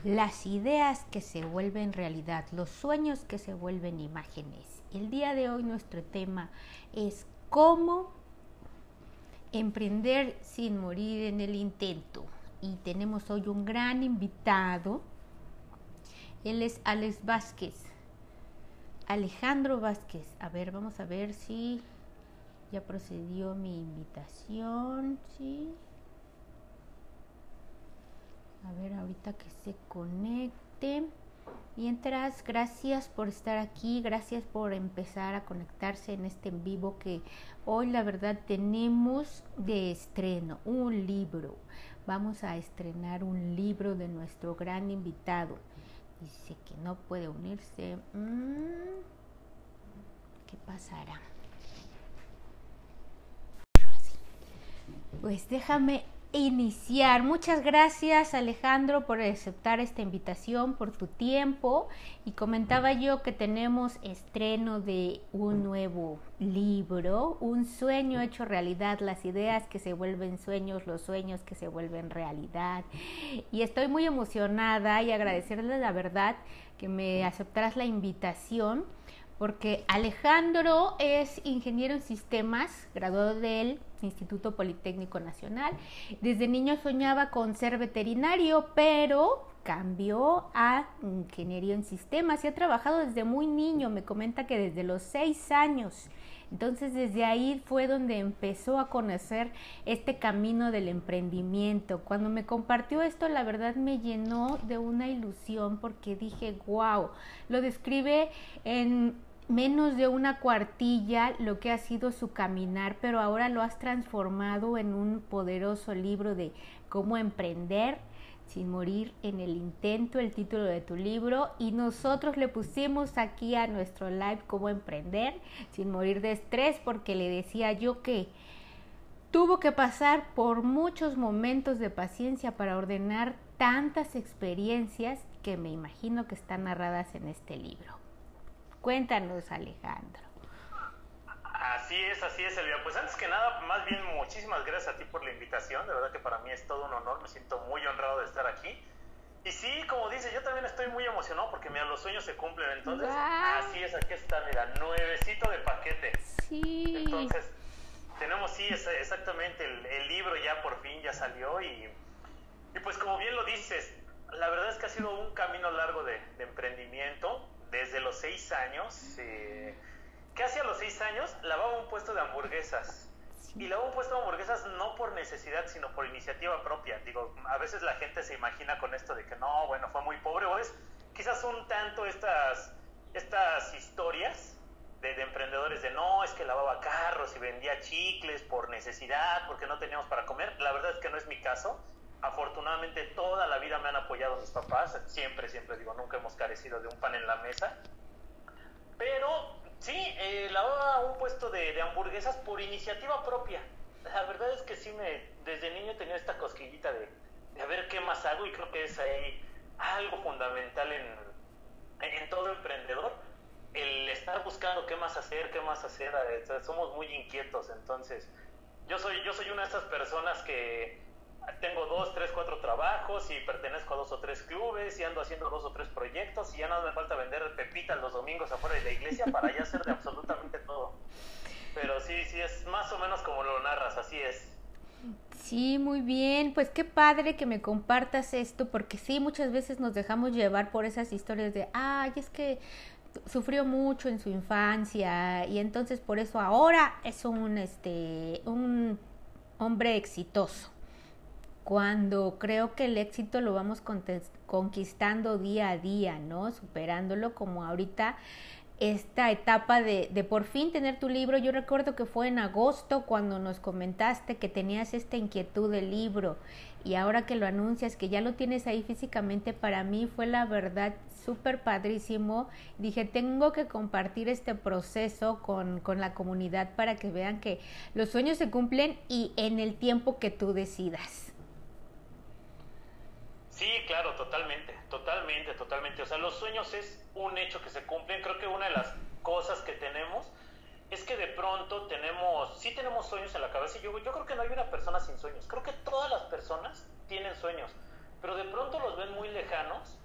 Las ideas que se vuelven realidad, los sueños que se vuelven imágenes. El día de hoy nuestro tema es cómo emprender sin morir en el intento. Y tenemos hoy un gran invitado. Él es Alex Vázquez. Alejandro Vázquez. A ver, vamos a ver si ya procedió mi invitación. Sí. A ver, ahorita que se conecte. Mientras, gracias por estar aquí, gracias por empezar a conectarse en este en vivo que hoy la verdad tenemos de estreno, un libro. Vamos a estrenar un libro de nuestro gran invitado. Dice que no puede unirse. ¿Qué pasará? Pues déjame iniciar. Muchas gracias, Alejandro, por aceptar esta invitación, por tu tiempo. Y comentaba yo que tenemos estreno de un nuevo libro, un sueño hecho realidad, las ideas que se vuelven sueños, los sueños que se vuelven realidad. Y estoy muy emocionada y agradecerles la verdad que me aceptaras la invitación, porque Alejandro es ingeniero en sistemas, graduado del Instituto Politécnico Nacional. Desde niño soñaba con ser veterinario, pero cambió a ingeniería en sistemas y ha trabajado desde muy niño. Me comenta que desde los 6 años. Entonces desde ahí fue donde empezó a conocer este camino del emprendimiento. Cuando me compartió esto, la verdad me llenó de una ilusión porque dije, wow, lo describe en menos de una cuartilla lo que ha sido su caminar, pero ahora lo has transformado en un poderoso libro de cómo emprender sin morir en el intento, el título de tu libro, y nosotros le pusimos aquí a nuestro live cómo emprender sin morir de estrés, porque le decía yo que tuvo que pasar por muchos momentos de paciencia para ordenar tantas experiencias que me imagino que están narradas en este libro. Cuéntanos, Alejandro. Así es, Elvia. Pues antes que nada, más bien muchísimas gracias a ti por la invitación. De verdad que para mí es todo un honor, me siento muy honrado de estar aquí. Y sí, como dices, yo también estoy muy emocionado porque mira, los sueños se cumplen. Entonces, así es, aquí está, mira, nuevecito de paquete. Sí. Entonces, tenemos, sí, exactamente, el libro ya por fin ya salió y pues como bien lo dices, la verdad es que ha sido un camino largo de emprendimiento. Desde los 6 años, ¿qué hacía a los 6 años? Lavaba un puesto de hamburguesas. Y lavaba un puesto de hamburguesas no por necesidad, sino por iniciativa propia. Digo, a veces la gente se imagina con esto de que no, bueno, fue muy pobre. O es quizás un tanto estas historias de emprendedores de no, es que lavaba carros y vendía chicles por necesidad, porque no teníamos para comer. La verdad es que no es mi caso. Afortunadamente toda la vida me han apoyado mis papás, siempre digo, nunca hemos carecido de un pan en la mesa, pero sí, lavaba un puesto de hamburguesas por iniciativa propia. La verdad es que sí, desde niño tenía esta cosquillita de a ver qué más hago, y creo que es ahí algo fundamental en todo emprendedor, el estar buscando qué más hacer, somos muy inquietos. Entonces yo soy una de esas personas que tengo 2, 3, 4 trabajos y pertenezco a 2 o 3 clubes y ando haciendo 2 o 3 proyectos y ya nada me falta vender pepitas los domingos afuera de la iglesia para ya hacer de absolutamente todo. Pero sí, es más o menos como lo narras, así es. Sí, muy bien, pues qué padre que me compartas esto, porque sí, muchas veces nos dejamos llevar por esas historias de, ay, es que sufrió mucho en su infancia y entonces por eso ahora es un hombre exitoso. Cuando creo que el éxito lo vamos conquistando día a día, ¿no? Superándolo, como ahorita esta etapa de por fin tener tu libro. Yo recuerdo que fue en agosto cuando nos comentaste que tenías esta inquietud del libro y ahora que lo anuncias, que ya lo tienes ahí físicamente, para mí fue la verdad súper padrísimo. Dije, tengo que compartir este proceso con la comunidad para que vean que los sueños se cumplen y en el tiempo que tú decidas. Sí, claro, totalmente. O sea, los sueños es un hecho que se cumplen. Creo que una de las cosas que tenemos es que de pronto sí tenemos sueños en la cabeza. Y yo creo que no hay una persona sin sueños. Creo que todas las personas tienen sueños. pero de pronto los ven muy lejanos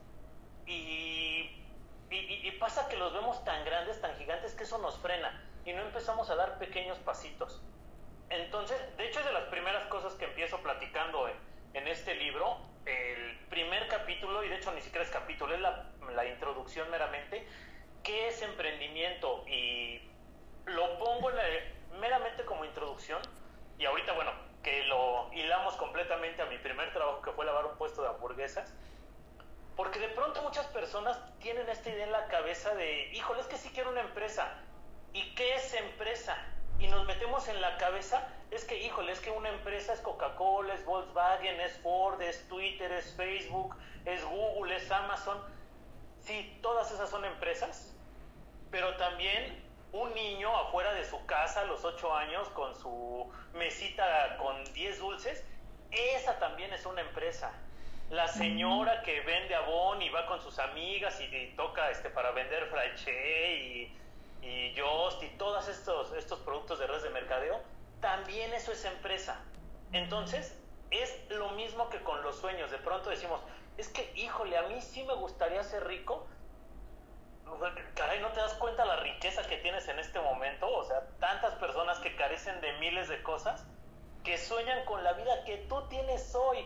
y pasa que los vemos tan grandes, tan gigantes, que eso nos frena y no empezamos a dar pequeños pasitos. Entonces, de hecho es de las primeras cosas que empiezo platicando en este libro, el primer capítulo, y de hecho ni siquiera es capítulo, es la introducción meramente, qué es emprendimiento, y lo pongo meramente como introducción, y ahorita bueno, que lo hilamos completamente a mi primer trabajo, que fue lavar un puesto de hamburguesas, porque de pronto muchas personas tienen esta idea en la cabeza de, híjole, es que sí quiero una empresa, ¿y qué es empresa? Y nos metemos en la cabeza, es que, híjole, es que una empresa es Coca-Cola, es Volkswagen, es Ford, es Twitter, es Facebook, es Google, es Amazon. Sí, todas esas son empresas, pero también un niño afuera de su casa a los 8 años con su mesita con 10 dulces, esa también es una empresa. La señora que vende Avon y va con sus amigas y toca para vender Fraiche y Just y todos estos productos de redes de mercadeo, también eso es empresa. Entonces, es lo mismo que con los sueños. De pronto decimos, es que, híjole, a mí sí me gustaría ser rico. Caray, ¿no te das cuenta la riqueza que tienes en este momento? O sea, tantas personas que carecen de miles de cosas, que sueñan con la vida que tú tienes hoy.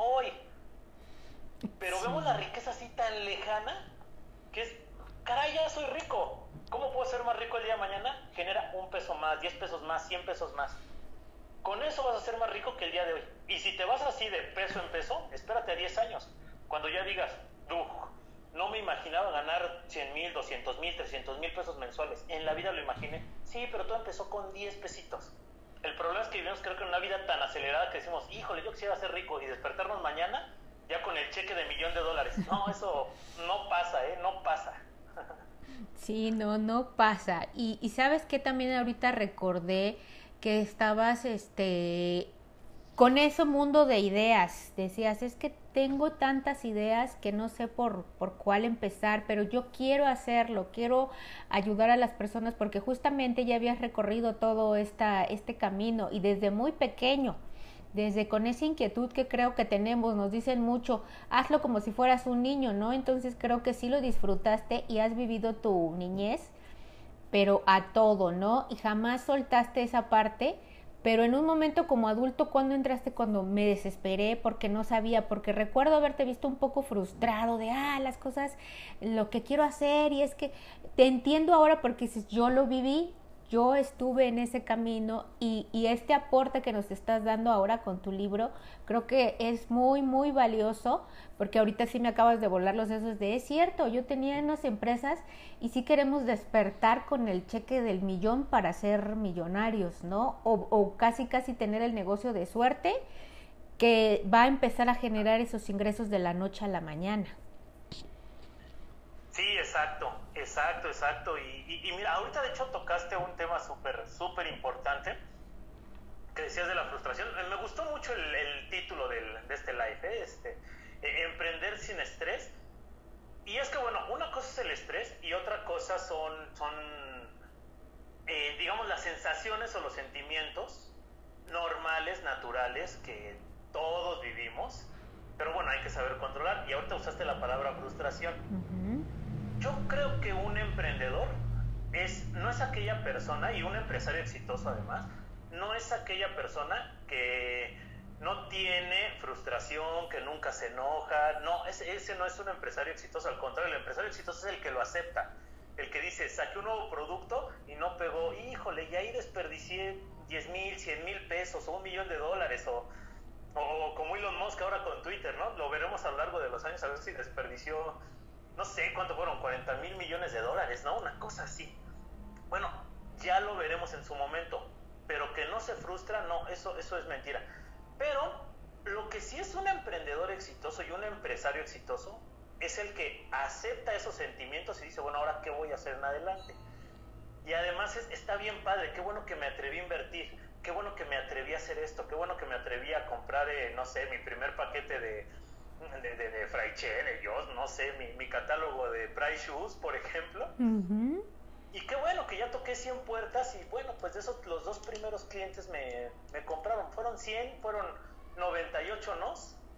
Pero sí, vemos la riqueza así tan lejana, que es, caray, ya soy rico. ¿Cómo puedo ser más rico el día de mañana? Genera $1 más, 10 pesos más, 100 pesos más. Con eso vas a ser más rico que el día de hoy. Y si te vas así de peso en peso, espérate a 10 años. Cuando ya digas, no me imaginaba ganar 100,000, 200,000, 300,000 pesos mensuales. En la vida lo imaginé. Sí, pero todo empezó con 10 pesitos. El problema es que vivimos, creo que en una vida tan acelerada que decimos, híjole, yo quisiera ser rico y despertarnos mañana ya con el cheque de $1,000,000. No, eso no pasa, no pasa. Sí, no pasa. Y sabes que también ahorita recordé que estabas con ese mundo de ideas. Decías, es que tengo tantas ideas que no sé por cuál empezar, pero yo quiero hacerlo, quiero ayudar a las personas, porque justamente ya habías recorrido todo este camino y desde muy pequeño, desde con esa inquietud que creo que tenemos, nos dicen mucho, hazlo como si fueras un niño, ¿no? Entonces creo que sí lo disfrutaste y has vivido tu niñez, pero a todo, ¿no? Y jamás soltaste esa parte, pero en un momento como adulto, ¿cuándo entraste? Cuando me desesperé porque no sabía, porque recuerdo haberte visto un poco frustrado de, las cosas, lo que quiero hacer, y es que te entiendo ahora porque dices, yo lo viví, yo estuve en ese camino, y este aporte que nos estás dando ahora con tu libro, creo que es muy, muy valioso, porque ahorita sí me acabas de volar los sesos de, es cierto, yo tenía unas empresas y sí queremos despertar con el cheque del millón para ser millonarios, ¿no? O casi tener el negocio de suerte que va a empezar a generar esos ingresos de la noche a la mañana. Sí, exacto. Y mira, ahorita de hecho tocaste un tema súper importante, que decías de la frustración. Me gustó mucho el título de este live, emprender sin estrés. Y es que bueno, una cosa es el estrés y otra cosa son digamos, las sensaciones o los sentimientos normales, naturales, que todos vivimos, pero bueno, hay que saber controlar. Y ahorita usaste la palabra frustración. Yo creo que un emprendedor no es aquella persona, y un empresario exitoso además, no es aquella persona que no tiene frustración, que nunca se enoja. No, ese no es un empresario exitoso. Al contrario, el empresario exitoso es el que lo acepta, el que dice, saqué un nuevo producto y no pegó, híjole, y ahí desperdicié 10,000, 100,000 pesos o $1,000,000, o como Elon Musk ahora con Twitter, ¿no? Lo veremos a lo largo de los años, a ver si desperdició, no sé cuánto fueron, $40,000 millones, ¿no? Una cosa así. Bueno, ya lo veremos en su momento, pero que no se frustra, no, eso es mentira. Pero lo que sí es un emprendedor exitoso y un empresario exitoso es el que acepta esos sentimientos y dice, bueno, ¿ahora qué voy a hacer en adelante? Y además está bien padre, qué bueno que me atreví a invertir, qué bueno que me atreví a hacer esto, qué bueno que me atreví a comprar, no sé, mi primer paquete de Fraiche, de Just, no sé, mi catálogo de Price Shoes, por ejemplo. Y qué bueno que ya toqué 100 puertas y bueno, pues de esos los 2 primeros clientes me compraron. Fueron 100, fueron 98 nos,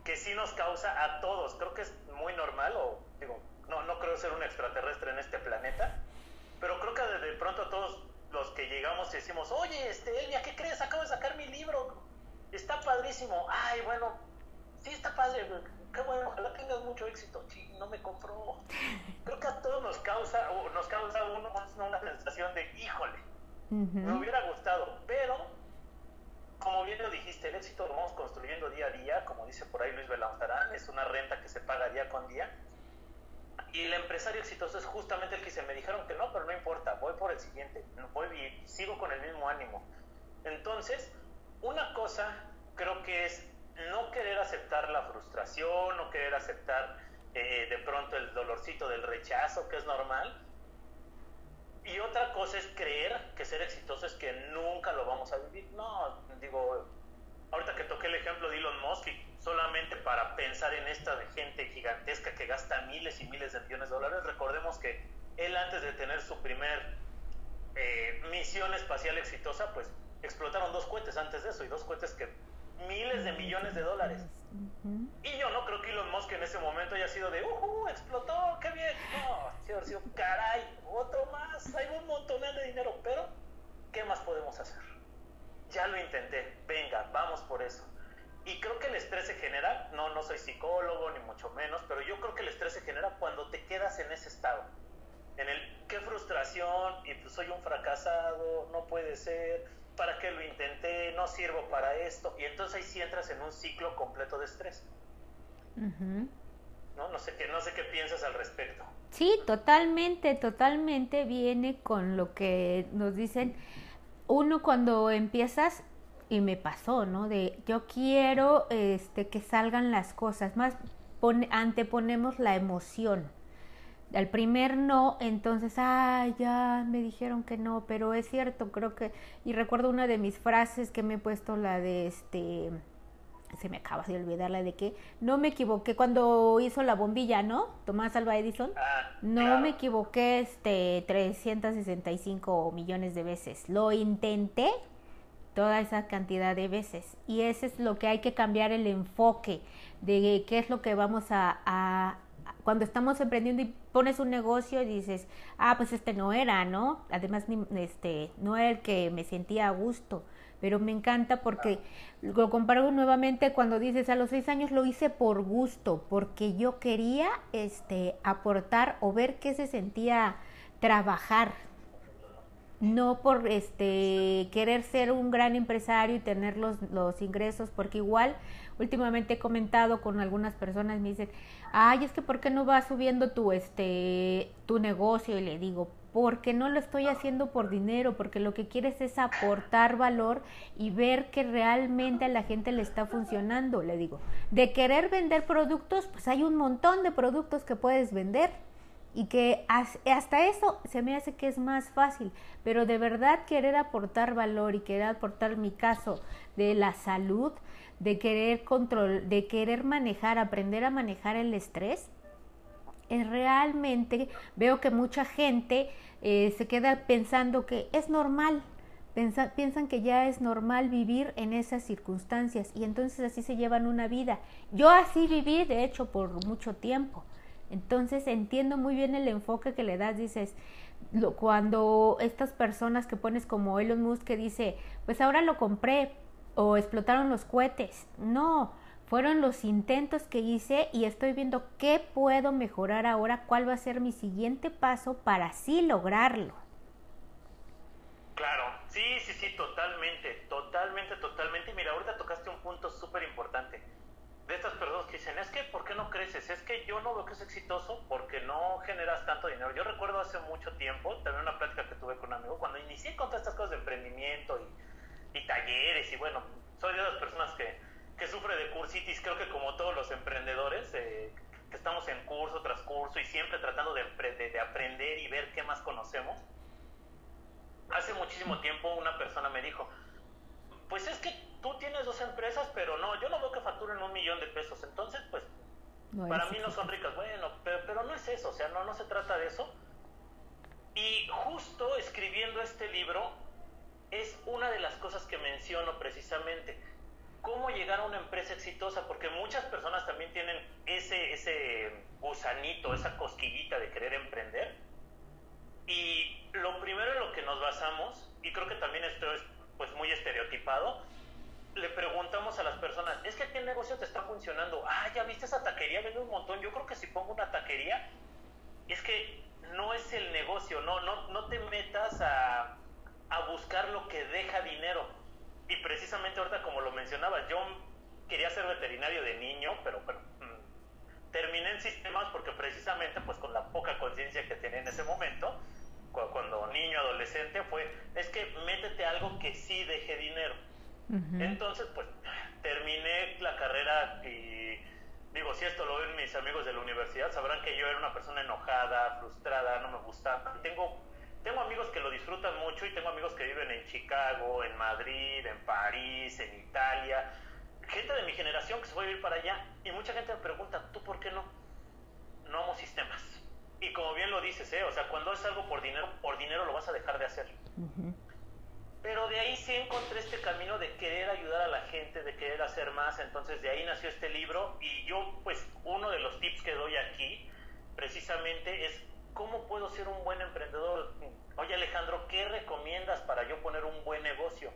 que sí nos causa a todos. Creo que es muy normal, o digo, no creo ser un extraterrestre en este planeta, pero creo que de pronto a todos los que llegamos y decimos, oye, Elvia, ¿qué crees? Acabo de sacar mi libro, está padrísimo. Ay, bueno, sí está padre, qué bueno, ojalá tengas mucho éxito. Sí, no me compró. Creo que a todos nos causa una sensación de, híjole, me hubiera gustado, pero como bien lo dijiste, el éxito lo vamos construyendo día a día, como dice por ahí Luis Belanzarán, es una renta que se paga día con día. Y el empresario exitoso es justamente el que me dijeron que no, pero no importa, voy por el siguiente, sigo con el mismo ánimo. Entonces, una cosa creo que es no querer aceptar la frustración, no querer aceptar de pronto el dolorcito del rechazo, que es normal. Y otra cosa es creer que ser exitoso es que nunca lo vamos a vivir. No, digo, ahorita que toqué el ejemplo de Elon Musk, solamente para pensar en esta gente gigantesca que gasta miles y miles de millones de dólares, recordemos que él, antes de tener su primer misión espacial exitosa, pues explotaron 2 cohetes antes de eso, y 2 cohetes que miles de millones de dólares. Y yo no creo que Elon Musk en ese momento haya sido de explotó, qué bien. No, sí ha sido, caray, otro más, hay un montón de dinero, pero ¿qué más podemos hacer? Ya lo intenté, venga, vamos por eso. Y creo que el estrés se genera, no soy psicólogo ni mucho menos, pero yo creo que el estrés se genera cuando te quedas en ese estado, en el qué frustración, y pues soy un fracasado, no puede ser, ¿para qué lo intenté? No sirvo para esto. Y entonces ahí sí entras en un ciclo completo de estrés. No sé qué piensas al respecto. Sí, totalmente viene con lo que nos dicen. Uno, cuando empiezas, y me pasó, ¿no? De yo quiero que salgan las cosas, más anteponemos la emoción. Al primer no, entonces, ya me dijeron que no, pero es cierto, creo que, y recuerdo una de mis frases que me he puesto, la de se me acaba de olvidar, la de que no me equivoqué cuando hizo la bombilla, ¿no? Tomás Alva Edison, no claro. Me equivoqué 365 millones de veces, lo intenté toda esa cantidad de veces, y ese es lo que hay que cambiar, el enfoque de qué es lo que vamos a cuando estamos emprendiendo y pones un negocio y dices, pues no era, ¿no? Además, no era el que me sentía a gusto, pero me encanta porque lo comparo nuevamente cuando dices, a los 6 años lo hice por gusto, porque yo quería aportar o ver qué se sentía trabajar, no por querer ser un gran empresario y tener los ingresos, porque igual últimamente he comentado con algunas personas, me dicen, es que ¿por qué no vas subiendo tu negocio? Y le digo, porque no lo estoy haciendo por dinero, porque lo que quieres es aportar valor y ver que realmente a la gente le está funcionando. Le digo, de querer vender productos, pues hay un montón de productos que puedes vender, y que hasta eso se me hace que es más fácil, pero de verdad querer aportar valor y querer aportar, mi caso de la salud, de querer de querer manejar, aprender a manejar el estrés, realmente veo que mucha gente se queda pensando que es normal, piensan que ya es normal vivir en esas circunstancias, y entonces así se llevan una vida. Yo así viví, de hecho, por mucho tiempo. Entonces entiendo muy bien el enfoque que le das, dices, cuando estas personas que pones como Elon Musk, que dice, pues ahora lo compré, o explotaron los cohetes. No, fueron los intentos que hice y estoy viendo qué puedo mejorar ahora, cuál va a ser mi siguiente paso para así lograrlo. Claro, sí, totalmente. Y mira, ahorita tocaste un punto súper importante. De estas personas que dicen, es que ¿por qué no creces? Es que yo no veo que es exitoso porque no generas tanto dinero. Yo recuerdo hace mucho tiempo, también una plática que tuve con un amigo, cuando inicié con todas estas cosas de emprendimiento y talleres, y bueno, soy de las personas que sufre de cursitis, creo que como todos los emprendedores, que estamos en curso tras curso y siempre tratando de aprender y ver qué más conocemos. Hace muchísimo tiempo una persona me dijo, pues es que tú tienes 2 empresas, pero no, yo no veo que facturen $1,000,000, entonces pues no para mí no son ricas. Bueno, pero no es eso, o sea, no se trata de eso. Y justo escribiendo este libro es una de las cosas que menciono precisamente. cómo llegar a una empresa exitosa, porque muchas personas también tienen ese gusanito, esa cosquillita de querer emprender. Y lo primero en lo que nos basamos, y creo que también esto es pues muy estereotipado, le preguntamos a las personas, es que ¿qué negocio te está funcionando? Ah, ya viste esa taquería, vende un montón. Yo creo que si pongo una taquería, es que no es el negocio, no te metas a buscar lo que deja dinero. Y precisamente ahorita, como lo mencionaba, yo quería ser veterinario de niño, pero terminé en sistemas porque precisamente pues con la poca conciencia que tenía en ese momento, cuando niño, adolescente, es que métete a algo que sí deje dinero. Uh-huh. Entonces pues terminé la carrera y digo, si esto lo ven mis amigos de la universidad, sabrán que yo era una persona enojada, frustrada, no me gustaba. Tengo amigos que lo disfrutan mucho y tengo amigos que viven en Chicago, en Madrid, en París, en Italia, gente de mi generación que se fue a vivir para allá, y mucha gente me pregunta, ¿tú por qué no? No amo sistemas. Y como bien lo dices, o sea, cuando es algo por dinero lo vas a dejar de hacer. Uh-huh. Pero de ahí sí encontré este camino de querer ayudar a la gente, de querer hacer más. Entonces de ahí nació este libro, y yo pues uno de los tips que doy aquí precisamente es ¿cómo puedo ser un buen emprendedor? Oye, Alejandro, ¿qué recomiendas para yo poner un buen negocio?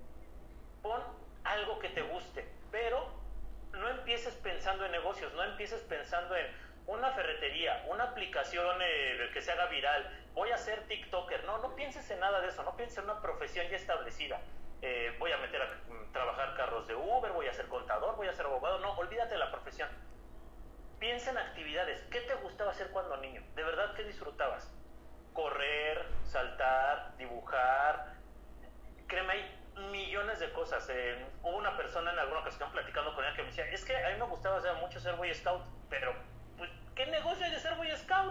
Pon algo que te guste, pero no empieces pensando en negocios, no empieces pensando en una ferretería, una aplicación que se haga viral, voy a ser TikToker. No pienses en nada de eso, no pienses en una profesión ya establecida. Voy a meter a trabajar carros de Uber, voy a ser contador, voy a ser abogado. No, olvídate de la profesión. Piensa en actividades. ¿Qué te gustaba hacer cuando niño? ¿De verdad qué disfrutabas? Correr, saltar, dibujar. Créeme, hay millones de cosas. Hubo una persona en alguna ocasión platicando con ella que me decía, es que a mí me gustaba mucho ser Boy Scout, pero pues, ¿qué negocio hay de ser Boy Scout?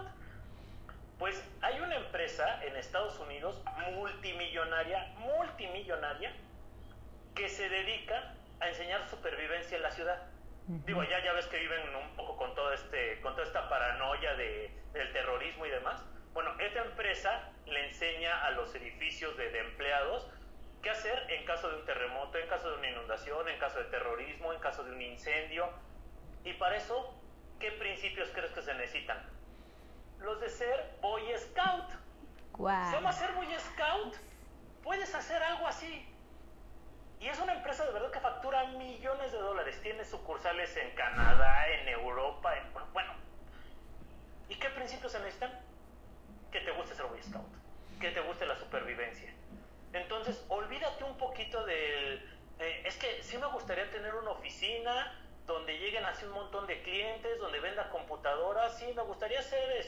Pues hay una empresa en Estados Unidos multimillonaria, que se dedica a enseñar supervivencia en la ciudad. Digo, ya ves que viven un poco con toda esta paranoia del terrorismo y demás. Bueno, esta empresa le enseña a los edificios de empleados qué hacer en caso de un terremoto, en caso de una inundación, en caso de terrorismo, en caso de un incendio. Y para eso, ¿qué principios crees que se necesitan? Los de ser Boy Scout. Wow. ¿Cómo hacer Boy Scout? Puedes hacer algo así. Y es una empresa de verdad que factura millones de dólares. Tiene sucursales en Canadá, en Europa, bueno. ¿Y qué principios se necesitan? Que te guste ser Boy Scout, que te guste la supervivencia. Entonces, olvídate un poquito es que sí me gustaría tener una oficina donde lleguen así un montón de clientes, donde venda computadoras. Sí, me gustaría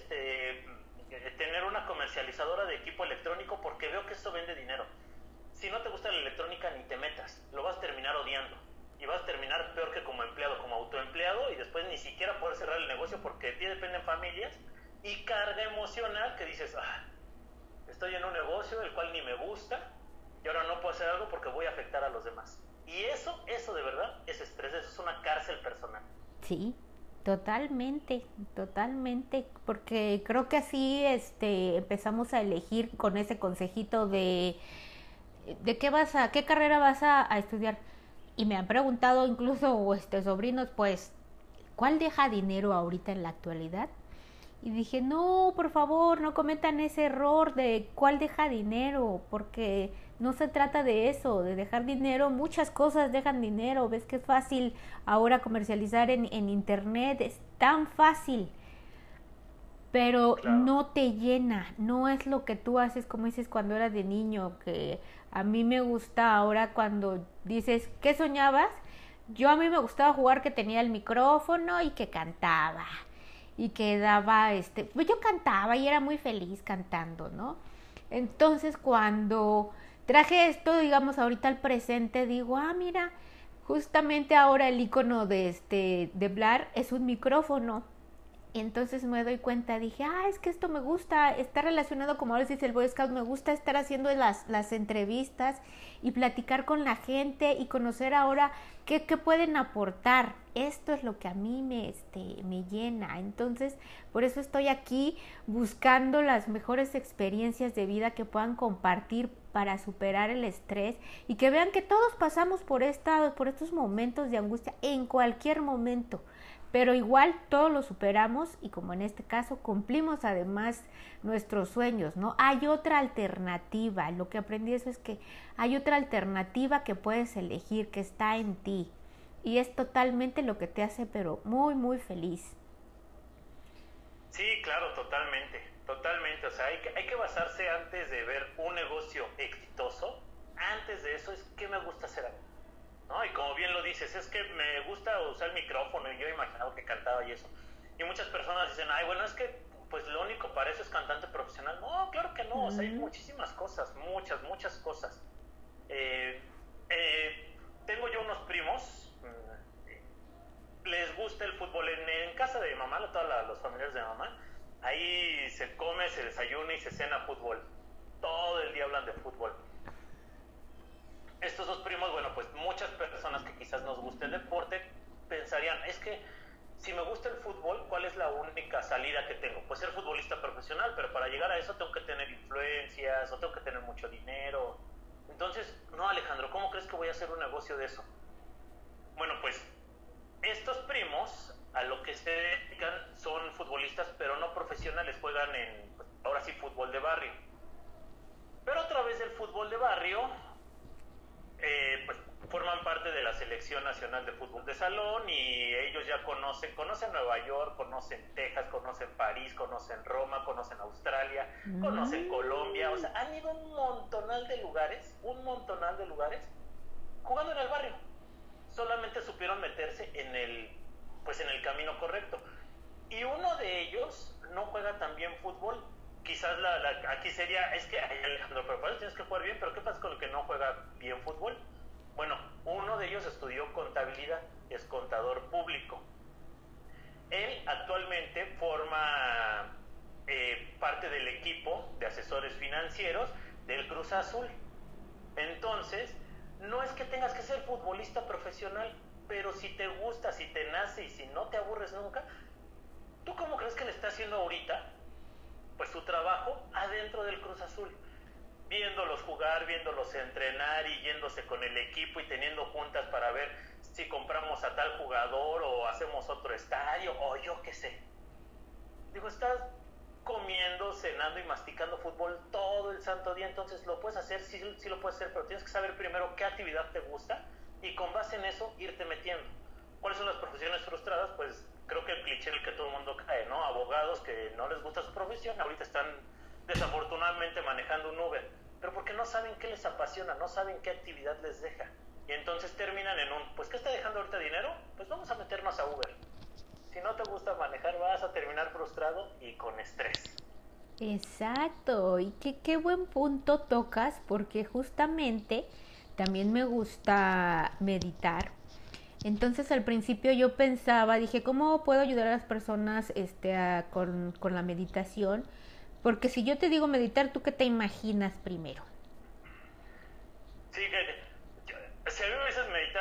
tener una comercializadora de equipo electrónico porque veo que esto vende dinero. Si no te gusta la electrónica, ni te metas, lo vas a terminar odiando y vas a terminar peor que como empleado, como autoempleado, y después ni siquiera poder cerrar el negocio porque de ti dependen familias, y carga emocional que dices, estoy en un negocio del cual ni me gusta y ahora no puedo hacer algo porque voy a afectar a los demás. Y eso de verdad es estrés, eso es una cárcel personal. Sí, totalmente, porque creo que así empezamos a elegir con ese consejito de qué carrera vas a estudiar. Y me han preguntado incluso sobrinos, pues, ¿cuál deja dinero ahorita en la actualidad? Y dije, no, por favor, no cometan ese error de cuál deja dinero, porque no se trata de eso, de dejar dinero. Muchas cosas dejan dinero. Ves que es fácil ahora comercializar en internet, es tan fácil, pero claro, no te llena, no es lo que tú haces, como dices, cuando eras de niño, que a mí me gusta ahora cuando dices, ¿qué soñabas? A mí me gustaba jugar que tenía el micrófono y que cantaba. Y que daba, pues yo cantaba y era muy feliz cantando, ¿no? Entonces cuando traje esto, digamos, ahorita al presente, digo, mira, justamente ahora el icono de Blar es un micrófono. Y entonces me doy cuenta, dije, es que esto me gusta, está relacionado, como ahora dice el Boy Scout, me gusta estar haciendo las entrevistas y platicar con la gente y conocer ahora qué pueden aportar. Esto es lo que a mí me llena. Entonces, por eso estoy aquí buscando las mejores experiencias de vida que puedan compartir para superar el estrés y que vean que todos pasamos por estos momentos de angustia en cualquier momento. Pero igual todos lo superamos y como en este caso cumplimos además nuestros sueños, ¿no? Hay otra alternativa, lo que aprendí eso es que hay otra alternativa que puedes elegir, que está en ti y es totalmente lo que te hace pero muy muy feliz. Sí, claro, totalmente, o sea, hay que basarse antes de ver un negocio exitoso, antes de eso es qué me gusta hacer a mí. ¿No? Y como bien lo dices, es que me gusta usar el micrófono y yo he imaginado que cantaba y eso. Y muchas personas dicen, bueno, es que pues lo único para eso es cantante profesional. No, claro que no, o sea, hay muchísimas cosas, muchas cosas. Tengo yo unos primos, les gusta el fútbol en casa de mi mamá, todos los familiares de mi mamá, ahí se come, se desayuna y se cena fútbol. Todo el día hablan de fútbol. Estos dos primos, bueno, pues muchas personas que quizás nos guste el deporte pensarían, es que si me gusta el fútbol, ¿cuál es la única salida que tengo? Pues ser futbolista profesional, pero para llegar a eso tengo que tener influencias o tengo que tener mucho dinero. Entonces, no, Alejandro, ¿cómo crees que voy a hacer un negocio de eso? Bueno, pues estos primos a lo que se dedican son futbolistas, pero no profesionales, juegan en, pues, ahora sí, fútbol de barrio. Pero a través del fútbol de barrio, pues forman parte de la selección nacional de fútbol de salón y ellos ya conocen Nueva York, conocen Texas, conocen París, conocen Roma, conocen Australia, conocen Colombia, o sea, han ido un montonal de lugares jugando en el barrio. Solamente supieron meterse en el camino correcto. Y uno de ellos no juega tan bien fútbol. Quizás aquí sería, es que Alejandro, pero para eso tienes que jugar bien, pero ¿qué pasa con el que no juega bien fútbol? Bueno, uno de ellos estudió contabilidad, es contador público. Él actualmente forma parte del equipo de asesores financieros del Cruz Azul. Entonces, no es que tengas que ser futbolista profesional, pero si te gusta, si te nace y si no te aburres nunca, ¿tú cómo crees que le está haciendo ahorita? Pues su trabajo adentro del Cruz Azul, viéndolos jugar, viéndolos entrenar y yéndose con el equipo y teniendo juntas para ver si compramos a tal jugador o hacemos otro estadio o yo qué sé. Digo, estás comiendo, cenando y masticando fútbol todo el santo día, entonces lo puedes hacer, sí lo puedes hacer, pero tienes que saber primero qué actividad te gusta y con base en eso irte metiendo. ¿Cuáles son las profesiones frustradas? Pues creo que el cliché en el que todo el mundo cae, ¿no? Abogados que no les gusta su profesión, ahorita están desafortunadamente manejando un Uber, pero porque no saben qué les apasiona, no saben qué actividad les deja. Y entonces terminan en pues ¿qué está dejando ahorita dinero? Pues vamos a meternos a Uber. Si no te gusta manejar, vas a terminar frustrado y con estrés. Exacto, y qué buen punto tocas, porque justamente también me gusta meditar. Entonces al principio yo pensaba, dije, ¿cómo puedo ayudar a las personas con la meditación? Porque si yo te digo meditar, ¿tú qué te imaginas primero? Sí, si a mí me dices meditar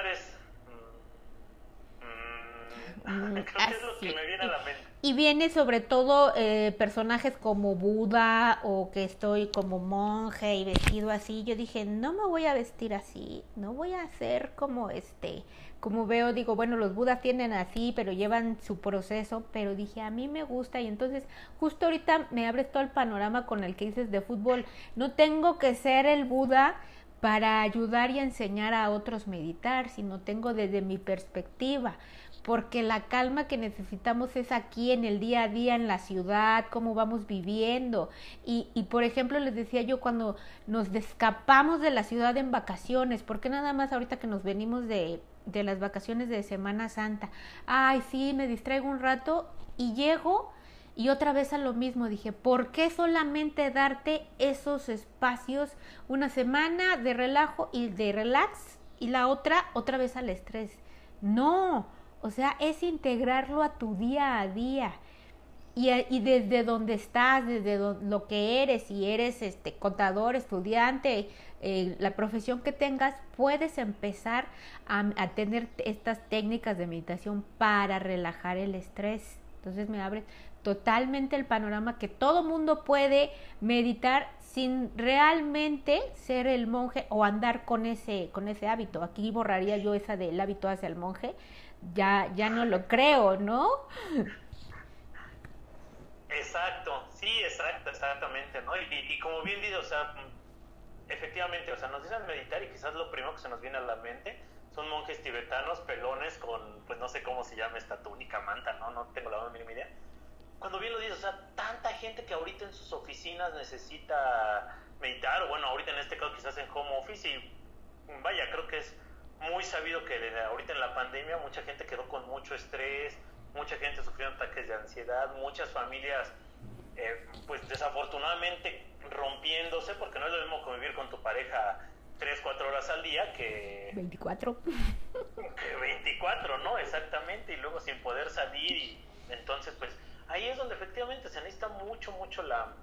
creo que es lo que me viene a la mente. Y viene sobre todo personajes como Buda o que estoy como monje y vestido así. Yo dije, no me voy a vestir así, no voy a hacer como veo, digo, bueno, los Budas tienen así, pero llevan su proceso, pero dije, a mí me gusta y entonces justo ahorita me abres todo el panorama con el que dices de fútbol. No tengo que ser el Buda para ayudar y enseñar a otros meditar, sino tengo desde mi perspectiva, porque la calma que necesitamos es aquí en el día a día, en la ciudad, cómo vamos viviendo. Y por ejemplo, les decía yo, cuando nos escapamos de la ciudad en vacaciones, porque nada más ahorita que nos venimos de las vacaciones de Semana Santa, ay, sí, me distraigo un rato y llego y otra vez a lo mismo. Dije, ¿por qué solamente darte esos espacios, una semana de relajo y de relax y la otra vez al estrés? No, o sea, es integrarlo a tu día a día. y desde donde estás, desde lo que eres, si eres contador, estudiante, la profesión que tengas, puedes empezar a tener estas técnicas de meditación para relajar el estrés. Entonces me abre totalmente el panorama que todo mundo puede meditar sin realmente ser el monje o andar con ese hábito. Aquí borraría yo esa del hábito hacia el monje. Ya no lo creo, ¿no? Exacto, sí, exactamente, ¿no? Y como bien dice, o sea, efectivamente, o sea, nos dicen meditar y quizás lo primero que se nos viene a la mente son monjes tibetanos, pelones, con, pues no sé cómo se llama esta túnica, manta, ¿no? No tengo la mínima idea. Cuando bien lo dices, o sea, tanta gente que ahorita en sus oficinas necesita meditar, o bueno, ahorita en este caso quizás en home office, y vaya, creo que es muy sabido que ahorita en la pandemia mucha gente quedó con mucho estrés, mucha gente sufrió ataques de ansiedad, muchas familias, pues desafortunadamente rompiéndose, porque no es lo mismo convivir con tu pareja 3-4 horas al día que 24. Que 24, ¿no? Exactamente, y luego sin poder salir, y entonces pues ahí es donde efectivamente se necesita mucho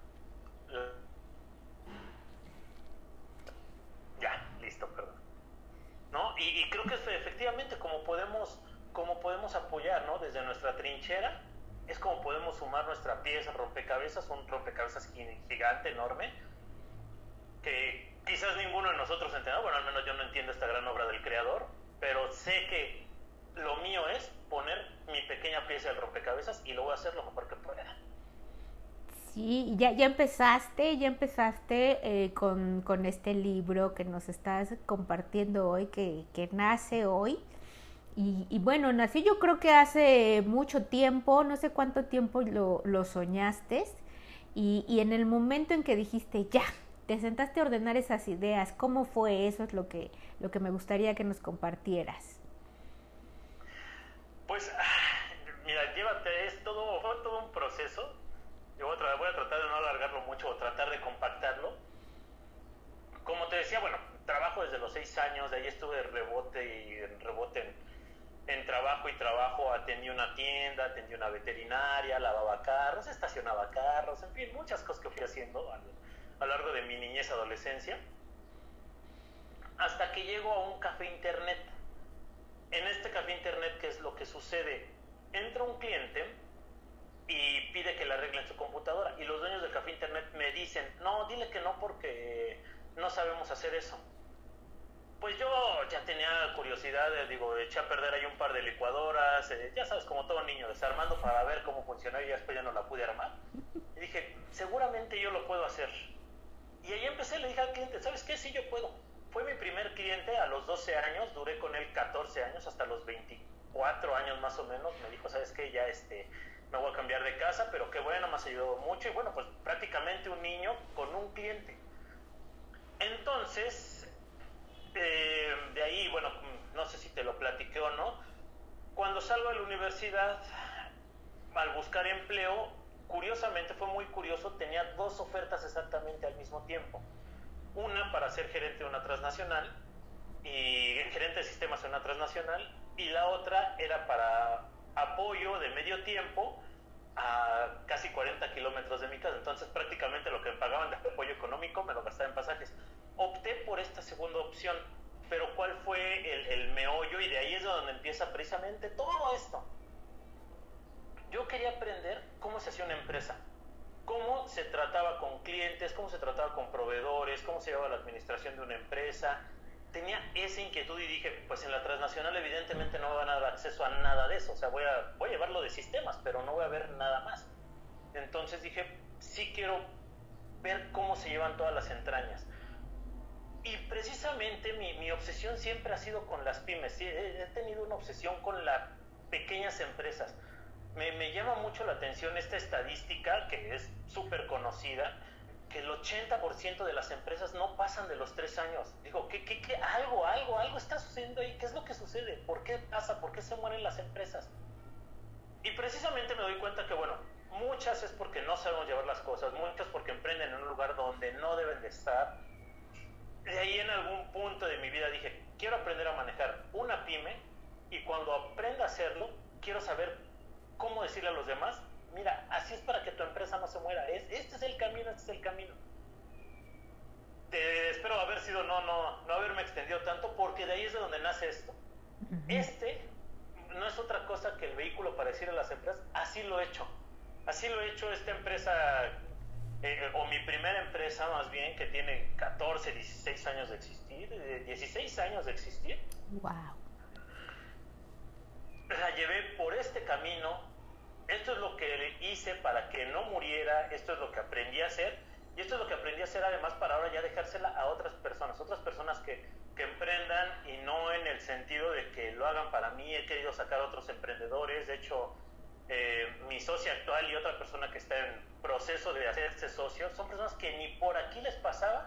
ya, listo, perdón. ¿No? Y creo que efectivamente como podemos apoyar, ¿no? Desde nuestra trinchera es como podemos sumar nuestra pieza, rompecabezas, un rompecabezas gigante, enorme, que quizás ninguno de nosotros entienda, bueno, al menos yo no entiendo esta gran obra del creador, pero sé que lo mío es poner mi pequeña pieza del rompecabezas y lo voy a hacer lo mejor que pueda. Sí, ya empezaste con este libro que nos estás compartiendo hoy, que nace hoy. Y bueno, nació yo creo que hace mucho tiempo, no sé cuánto tiempo lo soñaste, y en el momento en que dijiste ya, te sentaste a ordenar esas ideas, ¿cómo fue eso? Es lo que me gustaría que nos compartieras. Pues, mira, fue todo un proceso. Yo voy a tratar de no alargarlo mucho o tratar de compactarlo. Como te decía, bueno, trabajo desde los 6 años, de ahí estuve de rebote en trabajo y trabajo, atendí una tienda, atendí una veterinaria, lavaba carros, estacionaba carros, en fin, muchas cosas que fui haciendo a lo largo de mi niñez, adolescencia, hasta que llego a un café internet. En este café internet, ¿qué es lo que sucede? Entra un cliente y pide que le arreglen su computadora, y los dueños del café internet me dicen, no, dile que no porque no sabemos hacer eso. Pues yo ya tenía curiosidad, eché a perder ahí un par de licuadoras, ya sabes, como todo niño, desarmando para ver cómo funcionaba, y después ya no la pude armar. Y dije, seguramente yo lo puedo hacer. Y ahí empecé, le dije al cliente, ¿sabes qué? Sí, yo puedo. Fue mi primer cliente a los 12 años, duré con él 14 años, hasta los 24 años más o menos. Me dijo, ¿sabes qué? Ya me voy a cambiar de casa, pero qué bueno, me has ayudado mucho. Y bueno, pues prácticamente un niño con un cliente. Entonces, de ahí, bueno, no sé si te lo platiqué o no, cuando salgo de la universidad, al buscar empleo, curiosamente, fue muy curioso, tenía 2 ofertas exactamente al mismo tiempo. Una para ser gerente de una transnacional, y gerente de sistemas en una transnacional, y la otra era para apoyo de medio tiempo a casi 40 kilómetros de mi casa. Entonces prácticamente lo que me pagaban de apoyo económico me lo gastaba en pasajes. Opté por esta segunda opción, pero ¿cuál fue el meollo? Y de ahí es donde empieza precisamente todo esto. Yo quería aprender cómo se hacía una empresa, cómo se trataba con clientes, cómo se trataba con proveedores, cómo se llevaba la administración de una empresa. Tenía esa inquietud y dije, pues en la transnacional evidentemente no me van a dar acceso a nada de eso, o sea, voy a llevarlo de sistemas, pero no voy a ver nada más. Entonces dije, sí quiero ver cómo se llevan todas las entrañas. Y precisamente mi obsesión siempre ha sido con las pymes. Sí, he tenido una obsesión con las pequeñas empresas. Me llama mucho la atención esta estadística que es súper conocida, que el 80% de las empresas no pasan de los 3 años. Digo, algo está sucediendo ahí. ¿Qué es lo que sucede? ¿Por qué pasa? ¿Por qué se mueren las empresas? Y precisamente me doy cuenta que, bueno, muchas es porque no sabemos llevar las cosas, muchas porque emprenden en un lugar donde no deben de estar. De ahí en algún punto de mi vida dije, quiero aprender a manejar una pyme, y cuando aprenda a hacerlo, quiero saber cómo decirle a los demás, mira, así es para que tu empresa no se muera, este es el camino, este es el camino. Espero haber sido, no haberme extendido tanto, porque de ahí es de donde nace esto. No es otra cosa que el vehículo para decirle a las empresas, así lo he hecho, esta empresa, o mi primera empresa más bien, que tiene 14, 16 años de existir, 16 años de existir. Wow. La llevé por este camino, esto es lo que hice para que no muriera, esto es lo que aprendí a hacer, y esto es lo que aprendí a hacer además para ahora ya dejársela a otras personas que emprendan, y no en el sentido de que lo hagan para mí. He querido sacar a otros emprendedores, de hecho mi socia actual y otra persona que está en proceso de hacerse socio, son personas que ni por aquí les pasaba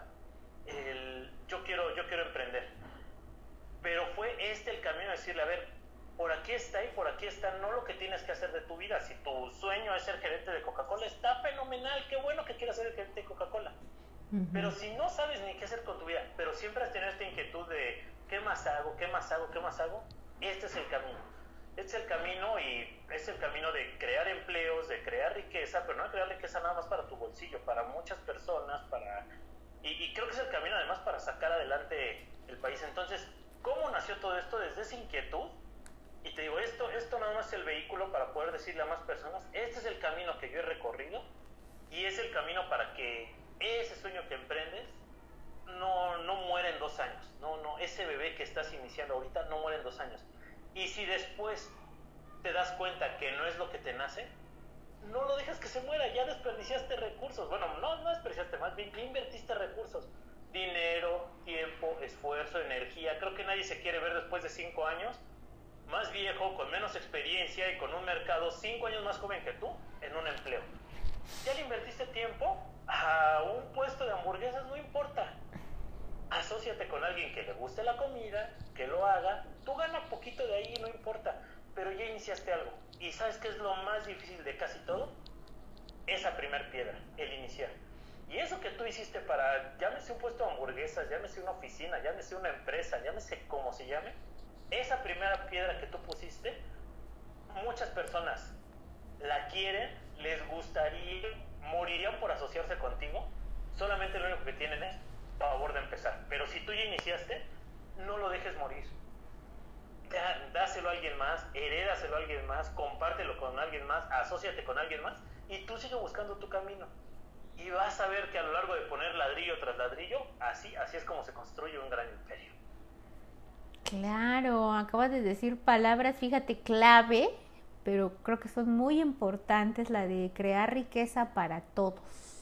yo quiero emprender, pero fue el camino de decirle, a ver, por aquí está y por aquí está, no lo que tienes que hacer de tu vida. Si tu sueño es ser gerente de Coca-Cola, está fenomenal, qué bueno que quieras ser el gerente de Coca-Cola. Pero si no sabes ni qué hacer con tu vida, pero siempre has tenido esta inquietud de ¿qué más hago? Este es el camino. Este es el camino, y es el camino de crear empleos, de crear riqueza, pero no de crear riqueza nada más para tu bolsillo, para muchas personas, y creo que es el camino además para sacar adelante el país. Entonces, ¿cómo nació todo esto? Desde esa inquietud. Y te digo, esto nada más es el vehículo para poder decirle a más personas, este es el camino que yo he recorrido, y es el camino para que ese sueño que emprendes no muera en 2 años. Ese bebé que estás iniciando ahorita no muere en 2 años. Y si después te das cuenta que no es lo que te nace, no lo dejas que se muera, ya desperdiciaste recursos. Bueno, no desperdiciaste, más bien invertiste recursos, dinero, tiempo, esfuerzo, energía. Creo que nadie se quiere ver después de 5 años más viejo, con menos experiencia y con un mercado 5 años más joven que tú en un empleo. Ya le invertiste tiempo a un puesto de hamburguesas, no importa. Asóciate con alguien que le guste la comida, que lo haga. Tú gana poquito de ahí, no importa, pero ya iniciaste algo. ¿Y sabes qué es lo más difícil de casi todo? Esa primer piedra, el iniciar. Y eso que tú hiciste para, llámese un puesto de hamburguesas, llámese una oficina, llámese una empresa, llámese como se llame, esa primera piedra que tú pusiste, muchas personas la quieren, les gustaría, morirían por asociarse contigo. Solamente lo único que tienen es favor de empezar. Pero si tú ya iniciaste, no lo dejes morir. Dáselo a alguien más, herédaselo a alguien más, compártelo con alguien más, asóciate con alguien más, y tú sigue buscando tu camino. Y vas a ver que a lo largo de poner ladrillo tras ladrillo, así es como se construye un gran imperio. Claro, acabas de decir palabras, fíjate, clave, pero creo que son muy importantes, la de crear riqueza para todos,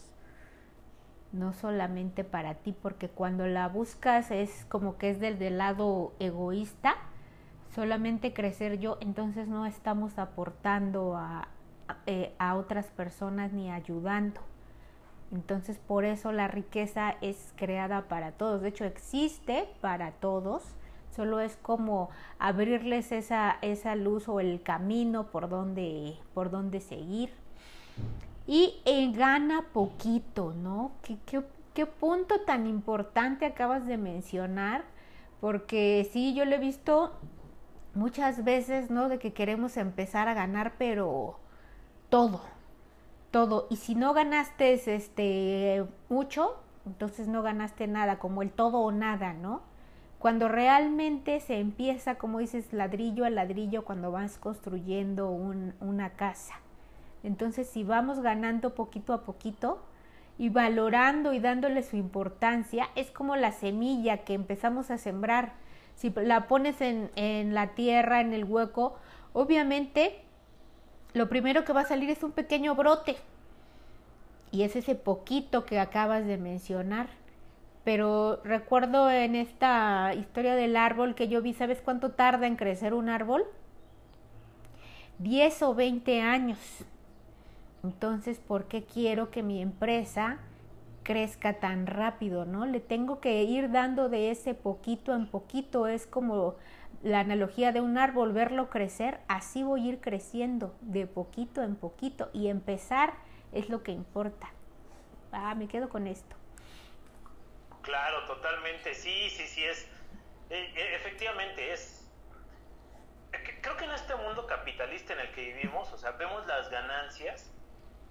no solamente para ti, porque cuando la buscas es como que es del lado egoísta, solamente crecer yo, entonces no estamos aportando a otras personas ni ayudando. Entonces por eso la riqueza es creada para todos, de hecho existe para todos. Solo es como abrirles esa luz o el camino por donde seguir. Y gana poquito, ¿no? ¿Qué punto tan importante acabas de mencionar? Porque sí, yo lo he visto muchas veces, ¿no? De que queremos empezar a ganar, pero todo. Y si no ganaste mucho, entonces no ganaste nada, como el todo o nada, ¿no? Cuando realmente se empieza, como dices, ladrillo a ladrillo, cuando vas construyendo una casa. Entonces, si vamos ganando poquito a poquito y valorando y dándole su importancia, es como la semilla que empezamos a sembrar. Si la pones en la tierra, en el hueco, obviamente lo primero que va a salir es un pequeño brote. Y es ese poquito que acabas de mencionar. Pero recuerdo en esta historia del árbol que yo vi, ¿sabes cuánto tarda en crecer un árbol? 10 o 20 años. Entonces, ¿por qué quiero que mi empresa crezca tan rápido, no? Le tengo que ir dando de ese poquito en poquito. Es como la analogía de un árbol, verlo crecer, así voy a ir creciendo de poquito en poquito. Y empezar es lo que importa. Me quedo con esto. Claro, totalmente, sí, es, efectivamente es, creo que en este mundo capitalista en el que vivimos, o sea, vemos las ganancias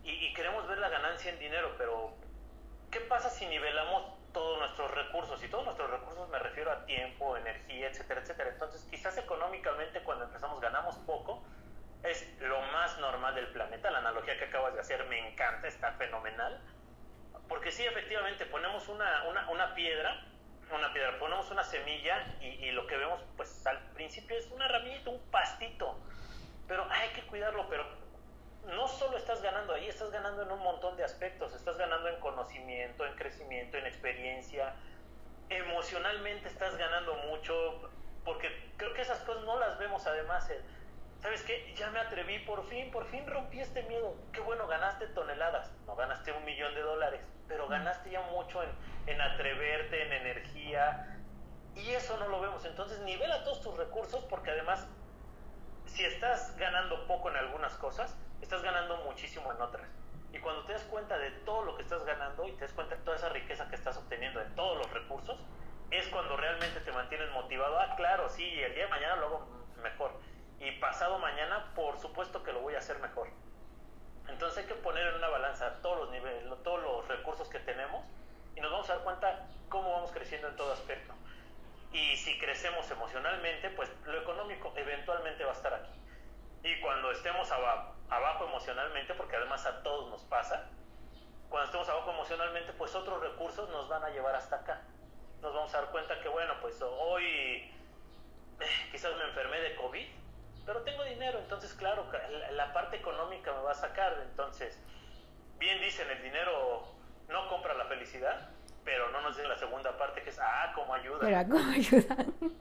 y queremos ver la ganancia en dinero, pero ¿qué pasa si nivelamos todos nuestros recursos? Y todos nuestros recursos me refiero a tiempo, energía, etcétera, etcétera. Entonces, quizás económicamente cuando empezamos ganamos poco, es lo más normal del planeta. La analogía que acabas de hacer me encanta, está fenomenal. Porque sí, efectivamente, ponemos una piedra, ponemos una semilla y lo que vemos, pues al principio es una ramita, un pastito. Pero hay que cuidarlo, pero no solo estás ganando ahí, estás ganando en un montón de aspectos. Estás ganando en conocimiento, en crecimiento, en experiencia. Emocionalmente estás ganando mucho, porque creo que esas cosas no las vemos además. ¿Sabes qué? Ya me atreví, por fin rompí este miedo. Qué bueno, ganaste toneladas. No ganaste $1,000,000, pero ganaste ya mucho en atreverte, en energía. Y eso no lo vemos. Entonces, nivela todos tus recursos, porque además, si estás ganando poco en algunas cosas, estás ganando muchísimo en otras. Y cuando te das cuenta de todo lo que estás ganando y te das cuenta de toda esa riqueza que estás obteniendo en todos los recursos, es cuando realmente te mantienes motivado. Ah, claro, sí, el día de mañana lo hago mejor. Y pasado mañana, por supuesto que lo voy a hacer mejor. Entonces hay que poner en una balanza todos los niveles, todos los recursos que tenemos, y nos vamos a dar cuenta cómo vamos creciendo en todo aspecto. Y si crecemos emocionalmente, pues lo económico eventualmente va a estar aquí. Y cuando estemos abajo emocionalmente, porque además a todos nos pasa, cuando estemos abajo emocionalmente, pues otros recursos nos van a llevar hasta acá. Nos vamos a dar cuenta que, bueno, pues hoy quizás me enfermé de COVID, pero tengo dinero, entonces claro, la parte económica me va a sacar. Entonces, bien dicen, el dinero no compra la felicidad, pero no nos den la segunda parte, que es, cómo ayuda. Pero cómo ayuda.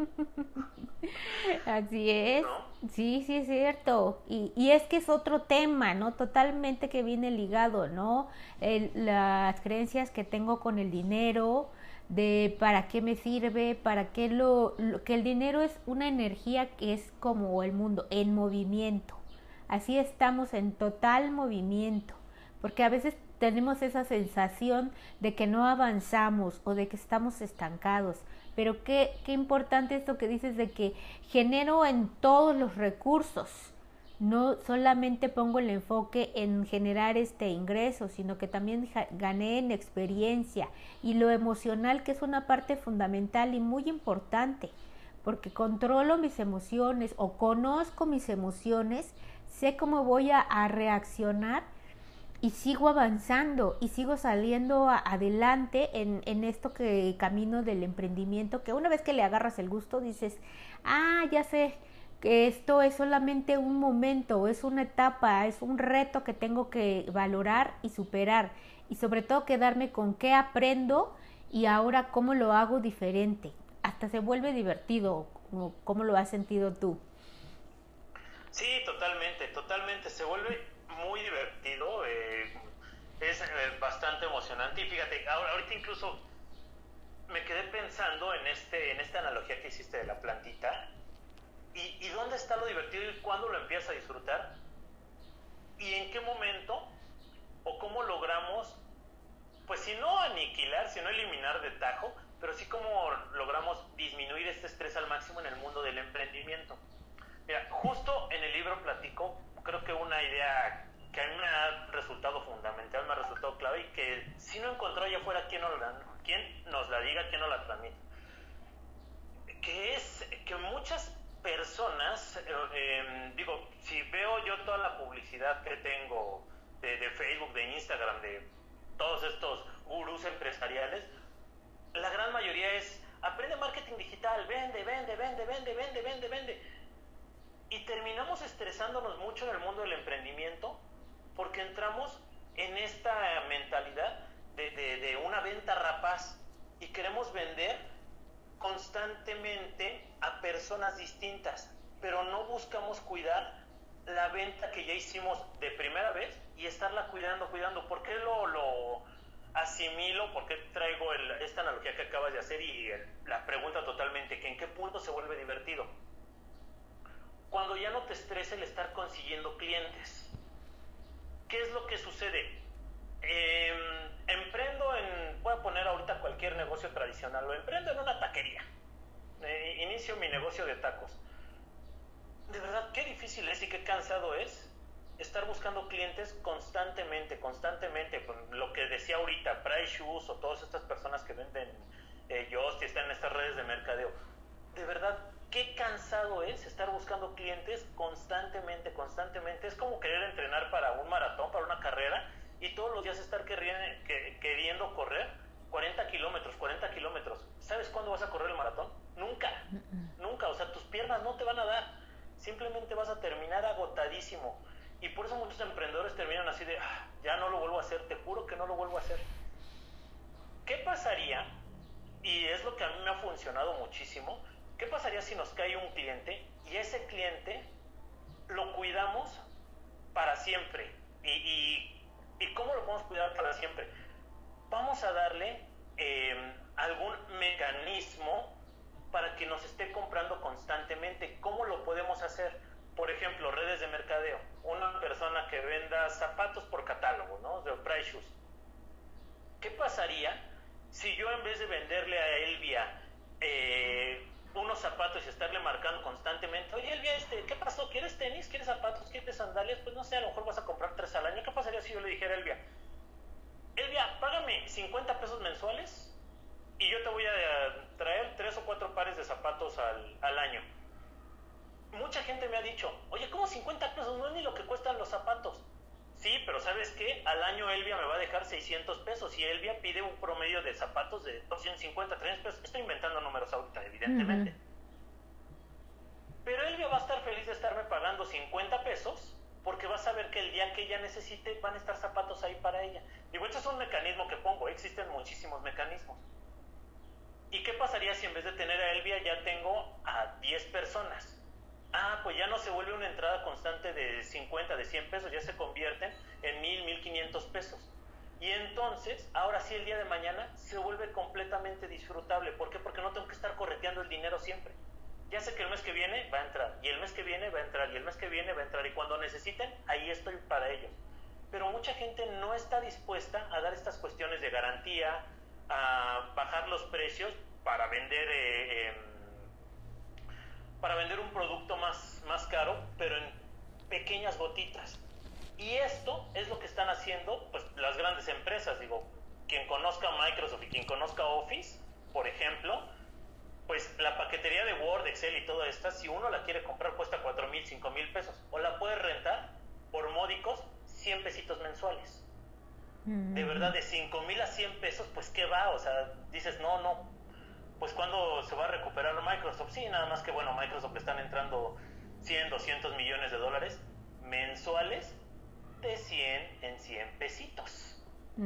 Así es, ¿no? Sí, es cierto. Y es que es otro tema, ¿no? Totalmente que viene ligado, ¿no? Las creencias que tengo con el dinero, de para qué me sirve, para qué que el dinero es una energía que es como el mundo, en movimiento. Así estamos en total movimiento, porque a veces tenemos esa sensación de que no avanzamos o de que estamos estancados. Pero qué importante esto que dices de que genero en todos los recursos. No solamente pongo el enfoque en generar este ingreso, sino que también gané en experiencia y lo emocional, que es una parte fundamental y muy importante, porque controlo mis emociones o conozco mis emociones, sé cómo voy a reaccionar y sigo avanzando y sigo saliendo adelante en esto que camino del emprendimiento, que una vez que le agarras el gusto dices, ya sé que esto es solamente un momento, es una etapa, es un reto que tengo que valorar y superar, y sobre todo quedarme con qué aprendo y ahora cómo lo hago diferente. Hasta se vuelve divertido. ¿Cómo lo has sentido tú? Sí, totalmente, se vuelve muy divertido, es bastante emocionante. Y fíjate, ahorita incluso me quedé pensando en esta analogía que hiciste de la plantita. ¿Y dónde está lo divertido y cuándo lo empiezas a disfrutar? ¿Y en qué momento o cómo logramos, pues si no aniquilar, si no eliminar de tajo, pero sí cómo logramos disminuir este estrés al máximo en el mundo del emprendimiento? Mira, justo en el libro platico, creo que una idea que a mí me ha resultado fundamental, me ha resultado clave, y que si no encontró allá afuera quien nos la diga, quien nos la transmita, que es que muchas personas, si veo yo toda la publicidad que tengo de Facebook, de Instagram, de todos estos gurús empresariales, la gran mayoría es, aprende marketing digital, vende. Y terminamos estresándonos mucho en el mundo del emprendimiento porque entramos en esta mentalidad de una venta rapaz y queremos vender constantemente a personas distintas, pero no buscamos cuidar la venta que ya hicimos de primera vez y estarla cuidando. ¿Por qué lo asimilo? ¿Por qué traigo esta analogía que acabas de hacer y la pregunta totalmente, que en qué punto se vuelve divertido? Cuando ya no te estresa el estar consiguiendo clientes. ¿Qué es lo que sucede? Voy a poner ahorita cualquier negocio tradicional, lo emprendo en una taquería. Inicio mi negocio de tacos. De verdad, qué difícil es y qué cansado es estar buscando clientes constantemente, con lo que decía ahorita, Price Shoes o todas estas personas que venden Just y están en estas redes de mercadeo. De verdad, qué cansado es estar buscando clientes constantemente. Es como querer entrenar para un maratón, para una carrera, y todos los días estar queriendo correr 40 kilómetros. ¿Sabes cuándo vas a correr el maratón? Nunca. O sea, tus piernas no te van a dar. Simplemente vas a terminar agotadísimo. Y por eso muchos emprendedores terminan así de, ya no lo vuelvo a hacer, te juro que no lo vuelvo a hacer. ¿Qué pasaría? Y es lo que a mí me ha funcionado muchísimo. ¿Qué pasaría si nos cae un cliente y ese cliente lo cuidamos para siempre? ¿Y cómo lo podemos cuidar para siempre? Vamos a darle algún mecanismo para que nos esté comprando constantemente. ¿Cómo lo podemos hacer? Por ejemplo, redes de mercadeo. Una persona que venda zapatos por catálogo, ¿no? De Price Shoes. ¿Qué pasaría si yo, en vez de venderle a Elvia unos zapatos y estarle marcando constantemente, oye Elvia, ¿qué pasó? ¿Quieres tenis? ¿Quieres zapatos? ¿Quieres sandalias? Pues no sé, a lo mejor vas a comprar 3 al año. ¿Qué pasaría si yo le dijera a Elvia, págame 50 pesos mensuales y yo te voy a traer 3 o 4 pares de zapatos al año? Mucha gente me ha dicho, oye, ¿cómo 50 pesos? No es ni lo que cuestan los zapatos. Sí, pero ¿sabes qué? Al año Elvia me va a dejar 600 pesos y Elvia pide un promedio de zapatos de 250, 300 pesos. Estoy inventando números ahorita, evidentemente. Pero Elvia va a estar feliz de estarme pagando 50 pesos porque va a saber que el día que ella necesite van a estar zapatos ahí para ella. Digo, este es un mecanismo que pongo, existen muchísimos mecanismos. ¿Y qué pasaría si en vez de tener a Elvia ya tengo a 10 personas? Pues ya no se vuelve una entrada constante de 50, de 100 pesos, ya se convierten en 1,000, 1,500 pesos. Y entonces, ahora sí, el día de mañana se vuelve completamente disfrutable. ¿Por qué? Porque no tengo que estar correteando el dinero siempre. Ya sé que el mes que viene va a entrar, y el mes que viene va a entrar, y el mes que viene va a entrar, y cuando necesiten, ahí estoy para ellos. Pero mucha gente no está dispuesta a dar estas cuestiones de garantía, a bajar los precios para vender un producto más caro, pero en pequeñas gotitas. Y esto es lo que están haciendo pues las grandes empresas. Digo, quien conozca Microsoft y quien conozca Office, por ejemplo, pues la paquetería de Word, Excel y toda esta, si uno la quiere comprar, cuesta 4,000, 5,000 pesos, o la puede rentar por módicos 100 pesitos mensuales. De verdad, de 5,000 a 100 pesos, pues ¿qué va? O sea, dices, no, pues ¿cuándo se va a recuperar Microsoft? Sí, nada más que bueno, Microsoft le están entrando 100, 200 millones de dólares mensuales, de 100 en 100 pesitos.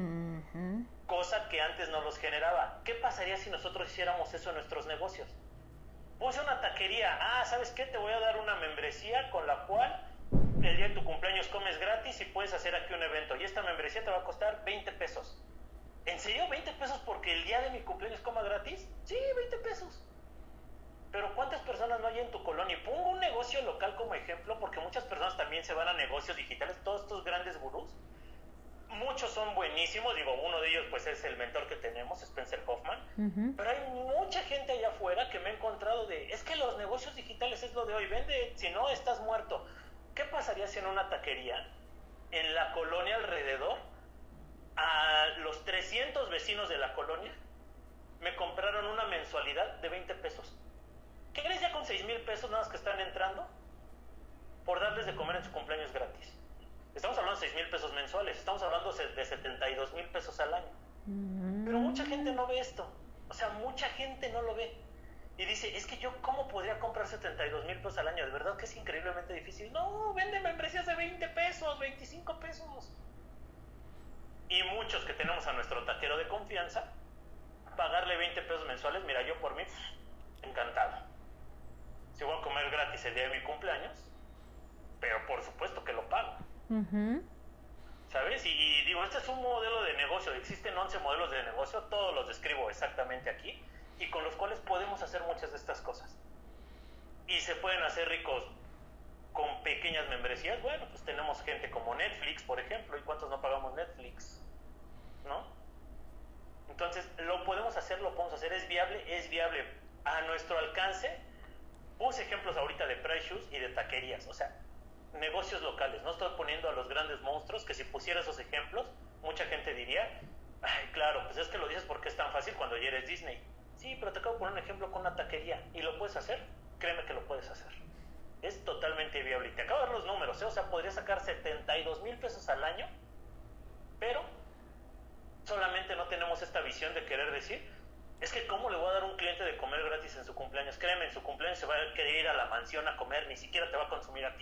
Cosa que antes no los generaba. ¿Qué pasaría si nosotros hiciéramos eso en nuestros negocios? Puse una taquería, ¿sabes qué? Te voy a dar una membresía con la cual el día de tu cumpleaños comes gratis y puedes hacer aquí un evento, y esta membresía te va a costar 20 pesos. ¿En serio 20 pesos porque el día de mi cumpleaños coma gratis? Sí, 20 pesos. Pero ¿cuántas personas no hay en tu colonia? Y pongo un negocio local como ejemplo, porque muchas personas también se van a negocios digitales, todos estos grandes gurús. Muchos son buenísimos, digo, uno de ellos pues es el mentor que tenemos, Spencer Hoffman. Pero hay mucha gente allá afuera que me ha encontrado es que los negocios digitales es lo de hoy, vende, si no estás muerto. ¿Qué pasaría si en una taquería, en la colonia alrededor, a los 300 vecinos de la colonia me compraron una mensualidad de 20 pesos? ¿Qué crees ya con 6,000 pesos nada más que están entrando por darles de comer en su cumpleaños gratis? Estamos hablando de 6,000 pesos mensuales, estamos hablando de 72,000 pesos al año. Pero mucha gente no ve esto, o sea, mucha gente no lo ve. Y dice, es que yo, ¿cómo podría comprar 72,000 pesos al año? De verdad que es increíblemente difícil. No, vende membresías de 20 pesos, 25 pesos. Y muchos que tenemos a nuestro taquero de confianza, pagarle 20 pesos mensuales, mira, yo por mí, encantado. Si voy a comer gratis el día de mi cumpleaños, pero por supuesto que lo pago. ¿Sabes? Y digo, este es un modelo de negocio, existen 11 modelos de negocio, todos los describo exactamente aquí, y con los cuales podemos hacer muchas de estas cosas. Y se pueden hacer ricos con pequeñas membresías. Bueno, pues tenemos gente como Netflix, por ejemplo, ¿y cuántos no pagamos Netflix? ¿No? Entonces, lo podemos hacer, es viable a nuestro alcance. Puse ejemplos ahorita de Price Shoes y de taquerías, o sea, negocios locales. No estoy poniendo a los grandes monstruos, que si pusiera esos ejemplos, mucha gente diría, ay, claro, pues es que lo dices porque es tan fácil cuando ya eres Disney. Sí, pero te acabo de poner un ejemplo con una taquería. ¿Y lo puedes hacer? Créeme que lo puedes hacer. Es totalmente viable. Y te acabo de dar los números, ¿eh? O sea, podría sacar 72,000 pesos al año, pero solamente no tenemos esta visión de querer decir, es que ¿cómo le voy a dar a un cliente de comer gratis en su cumpleaños? Créeme, en su cumpleaños se va a querer ir a la mansión a comer, ni siquiera te va a consumir a ti.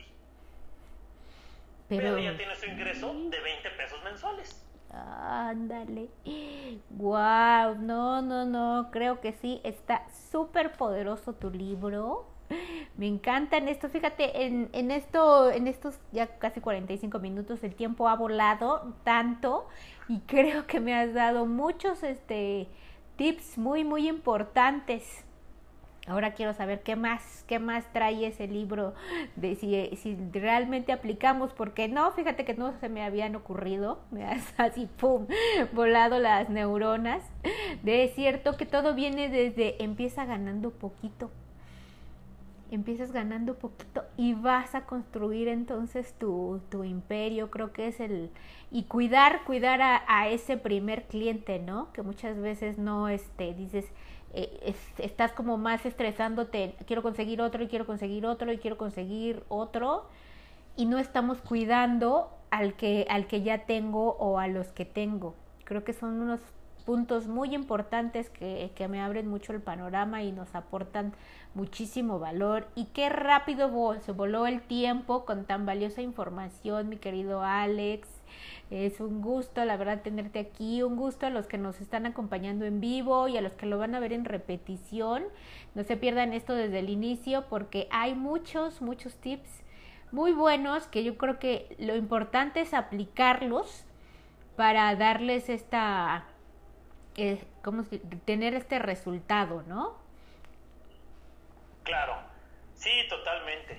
Pero ya tiene su ingreso de 20 pesos mensuales. Ándale. Wow, no, creo que sí, está súper poderoso tu libro. Me encantan esto, fíjate, en estos ya casi 45 minutos el tiempo ha volado tanto y creo que me has dado muchos tips muy importantes. Ahora quiero saber qué más trae ese libro, de si realmente aplicamos, porque no, fíjate que no se me habían ocurrido, me has así, pum, volado las neuronas. Es cierto que todo viene desde empiezas ganando poquito y vas a construir entonces tu imperio. Creo que es y cuidar a ese primer cliente, ¿no? Que muchas veces no dices, estás como más estresándote, quiero conseguir otro y quiero conseguir otro y quiero conseguir otro, y no estamos cuidando al que ya tengo o a los que tengo. Creo que son unos puntos muy importantes que me abren mucho el panorama y nos aportan muchísimo valor. Y qué rápido se voló el tiempo con tan valiosa información, mi querido Alex. Es un gusto, la verdad, tenerte aquí. Un gusto a los que nos están acompañando en vivo y a los que lo van a ver en repetición. No se pierdan esto desde el inicio porque hay muchos tips muy buenos que yo creo que lo importante es aplicarlos para darles tener este resultado, ¿no? Claro, sí, totalmente.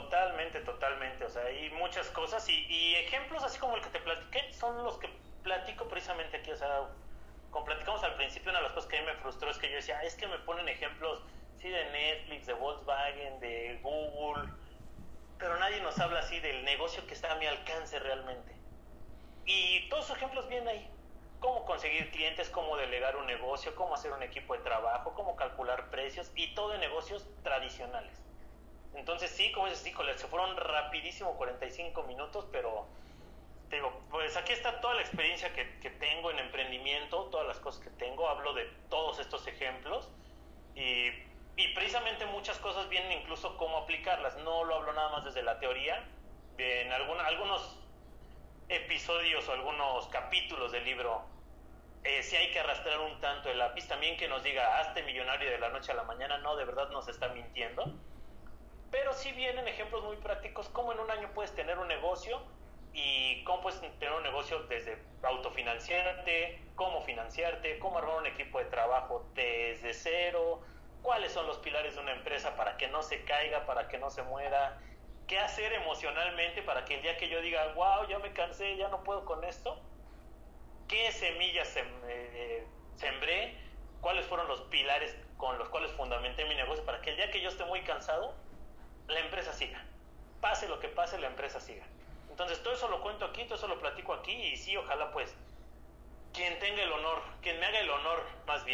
O sea, hay muchas cosas y ejemplos así como el que te platiqué son los que platico precisamente aquí. O sea, como platicamos al principio, una de las cosas que a mí me frustró es que yo decía, es que me ponen ejemplos, sí, de Netflix, de Volkswagen, de Google, pero nadie nos habla así del negocio que está a mi alcance realmente. Y todos los ejemplos vienen ahí. Cómo conseguir clientes, cómo delegar un negocio, cómo hacer un equipo de trabajo, cómo calcular precios, y todo en negocios tradicionales. Entonces sí, como dices, híjole, se fueron rapidísimo 45 minutos, pero te digo, pues aquí está toda la experiencia que tengo en emprendimiento, todas las cosas que tengo, hablo de todos estos ejemplos, y precisamente muchas cosas vienen incluso cómo aplicarlas. No lo hablo nada más desde la teoría, en algunos episodios o algunos capítulos del libro, si hay que arrastrar un tanto el lápiz, también que nos diga, hazte millonario de la noche a la mañana, no, de verdad nos está mintiendo, pero sí vienen ejemplos muy prácticos, cómo en un año puedes tener un negocio y cómo puedes tener un negocio desde autofinanciarte, cómo financiarte, cómo armar un equipo de trabajo desde cero, cuáles son los pilares de una empresa para que no se caiga, para que no se muera, qué hacer emocionalmente para que el día que yo diga, wow, ya me cansé, ya no puedo con esto, qué semillas sembré, cuáles fueron los pilares con los cuales fundamenté mi negocio para que el día que yo esté muy cansado, la empresa siga. Pase lo que pase, la empresa siga. Entonces todo eso lo cuento aquí, todo eso lo platico aquí, y sí, ojalá pues quien tenga el honor, quien me haga el honor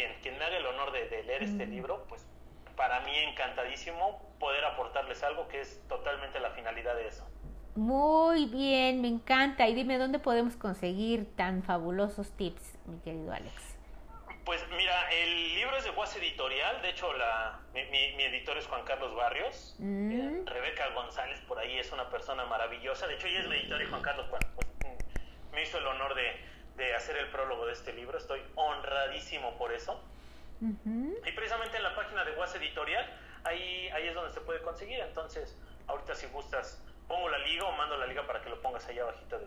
de leer este libro, pues para mí encantadísimo poder aportarles algo que es totalmente la finalidad de eso. Muy bien, me encanta. Y dime, ¿dónde podemos conseguir tan fabulosos tips, mi querido Alex? Pues mira, el libro es de Guas Editorial. De hecho, mi editor es Juan Carlos Barrios. Rebeca González por ahí es una persona maravillosa. De hecho, ella es mi editor, y Juan Carlos, bueno, pues, me hizo el honor de hacer el prólogo de este libro. Estoy honradísimo por eso. Y precisamente en la página de Guas Editorial, ahí es donde se puede conseguir. Entonces, ahorita si gustas, pongo la liga o mando la liga para que lo pongas allá abajito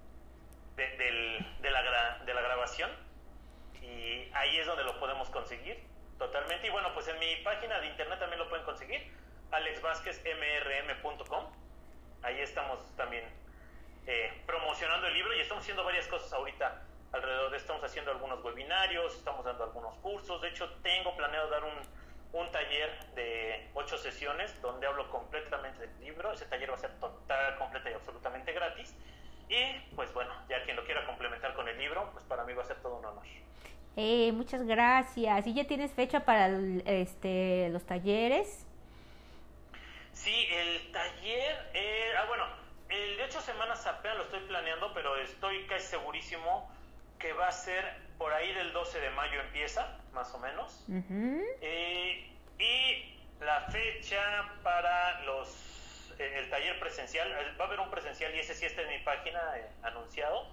de la grabación, y ahí es donde lo podemos conseguir totalmente. Y bueno, pues en mi página de internet también lo pueden conseguir, alexvasquezmrm.com. Ahí estamos también promocionando el libro, y estamos haciendo varias cosas ahorita alrededor de, estamos haciendo algunos webinarios, estamos dando algunos cursos. De hecho, tengo planeado dar un taller de 8 sesiones donde hablo completamente del libro. Ese taller va a ser total, completa y absolutamente gratis. Y pues bueno, ya quien lo quiera complementar con el libro, pues para mí va a ser todo un honor. Muchas gracias. ¿Y ya tienes fecha para los talleres? Sí, el taller, bueno, el de 8 semanas apenas lo estoy planeando, pero estoy casi segurísimo que va a ser por ahí del 12 de mayo empieza, más o menos. Uh-huh. Y la fecha para el taller presencial, va a haber un presencial y ese sí está en mi página anunciado,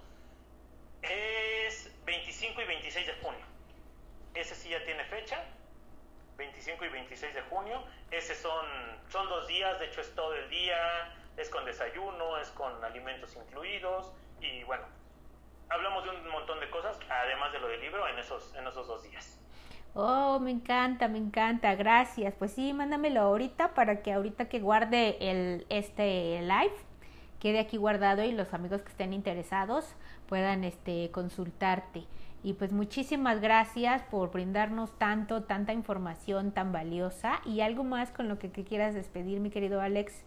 es 25 y 26 de junio. Ese sí ya tiene fecha, 25 y 26 de junio. Ese son 2 días, de hecho es todo el día, es con desayuno, es con alimentos incluidos y bueno, hablamos de un montón de cosas, además de lo del libro, en esos 2 días. Oh, me encanta, gracias. Pues sí, mándamelo ahorita para que ahorita que guarde este live quede aquí guardado y los amigos que estén interesados puedan consultarte. Y pues muchísimas gracias por brindarnos tanta información tan valiosa. ¿Y algo más con lo que quieras despedir, mi querido Alex?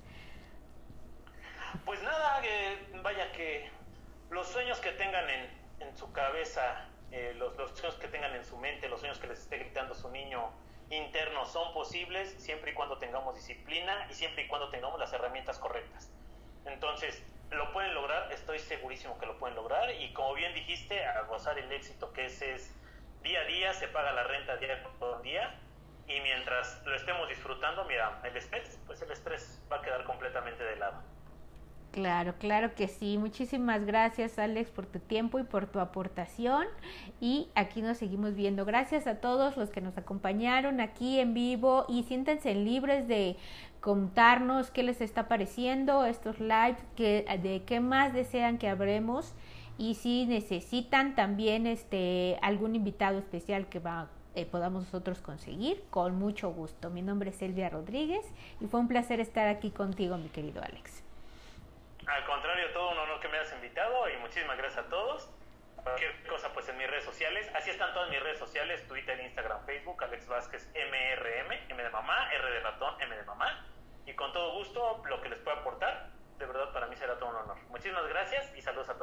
Pues nada, vaya que los sueños que tengan en su cabeza, los sueños que tengan en su mente, los sueños que les esté gritando su niño interno son posibles siempre y cuando tengamos disciplina y siempre y cuando tengamos las herramientas correctas. Entonces, lo pueden lograr, estoy segurísimo que lo pueden lograr y como bien dijiste, a gozar el éxito, que ese es día a día, se paga la renta día por día y mientras lo estemos disfrutando, mira, el estrés va a quedar completamente de lado. Claro que sí. Muchísimas gracias, Alex, por tu tiempo y por tu aportación. Y aquí nos seguimos viendo. Gracias a todos los que nos acompañaron aquí en vivo y siéntense libres de contarnos qué les está pareciendo estos lives, de qué más desean que hablemos y si necesitan también algún invitado especial que podamos nosotros conseguir, con mucho gusto. Mi nombre es Elvia Rodríguez y fue un placer estar aquí contigo, mi querido Alex. Al contrario, todo un honor que me hayas invitado y muchísimas gracias a todos. Cualquier cosa pues en mis redes sociales, así están todas mis redes sociales, Twitter, Instagram, Facebook, Alex Vázquez MRM, M de mamá, R de ratón, M de mamá, y con todo gusto lo que les pueda aportar, de verdad para mí será todo un honor. Muchísimas gracias y saludos a todos.